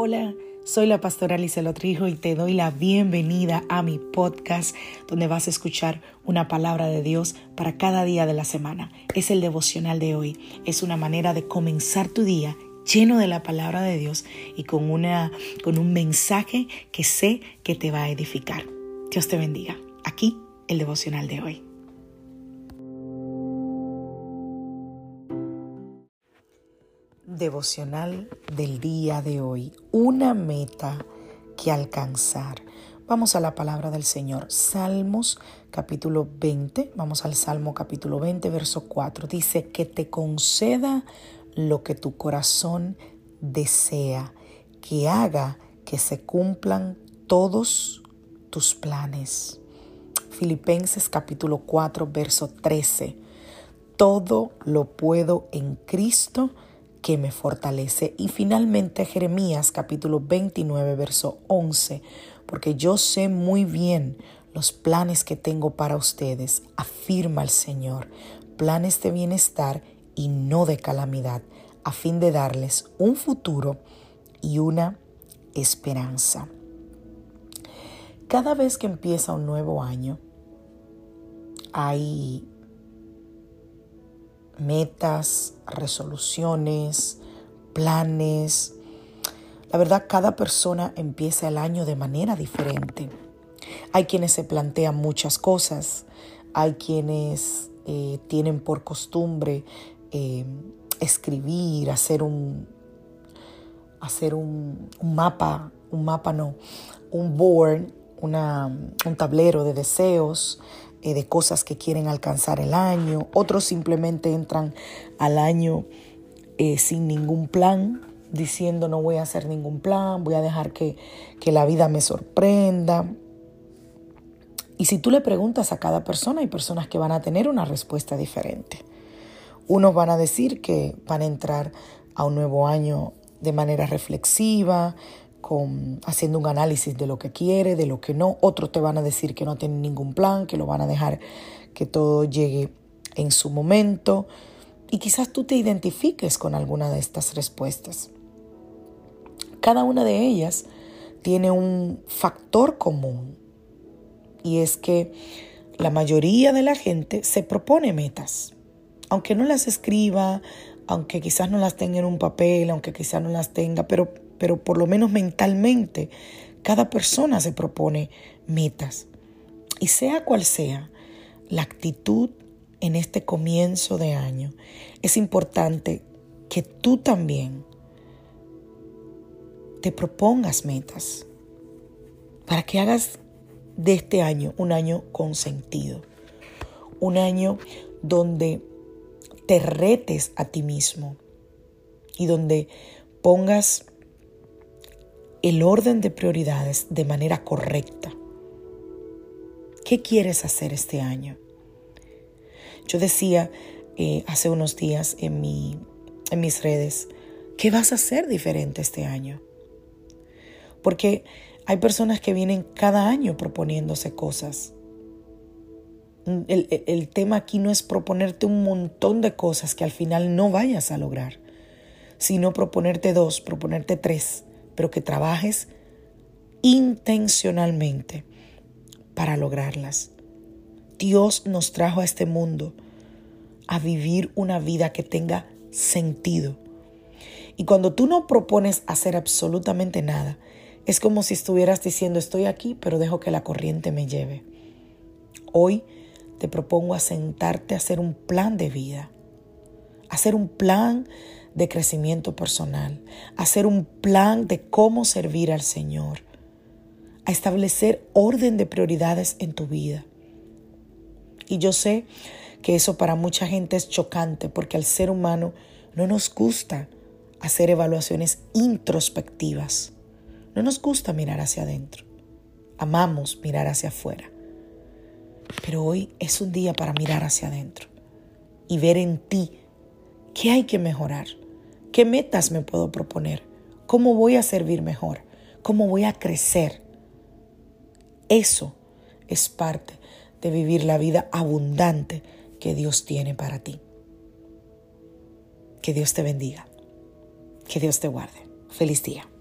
Hola, soy la pastora Lisela Trijo y te doy la bienvenida a mi podcast donde vas a escuchar una palabra de Dios para cada día de la semana. Es el devocional de hoy. Es una manera de comenzar tu día lleno de la palabra de Dios y con un mensaje que sé que te va a edificar. Dios te bendiga. Aquí el devocional de hoy. Devocional del día de hoy. Una meta que alcanzar. Vamos a la palabra del Señor. Salmos capítulo 20. Vamos al Salmo capítulo 20, verso 4. Dice que te conceda lo que tu corazón desea, que haga que se cumplan todos tus planes. Filipenses capítulo 4, verso 13. Todo lo puedo en Cristo que me fortalece. Y finalmente Jeremías capítulo 29, verso 11. Porque yo sé muy bien los planes que tengo para ustedes, afirma el Señor, planes de bienestar y no de calamidad, a fin de darles un futuro y una esperanza. Cada vez que empieza un nuevo año, hay metas, resoluciones, planes. La verdad, cada persona empieza el año de manera diferente. Hay quienes se plantean muchas cosas. Hay quienes tienen por costumbre escribir, hacer un mapa, un board, un tablero de deseos, de cosas que quieren alcanzar el año. Otros simplemente entran al año sin ningún plan, diciendo no voy a hacer ningún plan, voy a dejar que la vida me sorprenda. Y si tú le preguntas a cada persona, hay personas que van a tener una respuesta diferente. Unos van a decir que van a entrar a un nuevo año de manera reflexiva, haciendo un análisis de lo que quiere, de lo que no. Otros te van a decir que no tienen ningún plan, que lo van a dejar que todo llegue en su momento. Y quizás tú te identifiques con alguna de estas respuestas. Cada una de ellas tiene un factor común. Y es que la mayoría de la gente se propone metas. Aunque no las escriba, aunque quizás no las tenga en un papel, aunque quizás no las tenga, pero por lo menos mentalmente, cada persona se propone metas. Y sea cual sea la actitud en este comienzo de año, es importante que tú también te propongas metas para que hagas de este año un año con sentido. Un año donde te retes a ti mismo y donde pongas el orden de prioridades de manera correcta. ¿Qué quieres hacer este año? Yo decía hace unos días en mis redes, ¿qué vas a hacer diferente este año? Porque hay personas que vienen cada año proponiéndose cosas. El tema aquí no es proponerte un montón de cosas que al final no vayas a lograr, sino proponerte 2, proponerte 3, pero que trabajes intencionalmente para lograrlas. Dios nos trajo a este mundo a vivir una vida que tenga sentido. Y cuando tú no propones hacer absolutamente nada, es como si estuvieras diciendo estoy aquí, pero dejo que la corriente me lleve. Hoy te propongo a sentarte a hacer un plan de vida, hacer un plan de crecimiento personal, hacer un plan de cómo servir al Señor, a establecer orden de prioridades en tu vida. Y yo sé que eso para mucha gente es chocante porque al ser humano no nos gusta hacer evaluaciones introspectivas. No nos gusta mirar hacia adentro. Amamos mirar hacia afuera. Pero hoy es un día para mirar hacia adentro y ver en ti qué hay que mejorar, qué metas me puedo proponer, cómo voy a servir mejor, cómo voy a crecer. Eso es parte de vivir la vida abundante que Dios tiene para ti. Que Dios te bendiga, que Dios te guarde. Feliz día.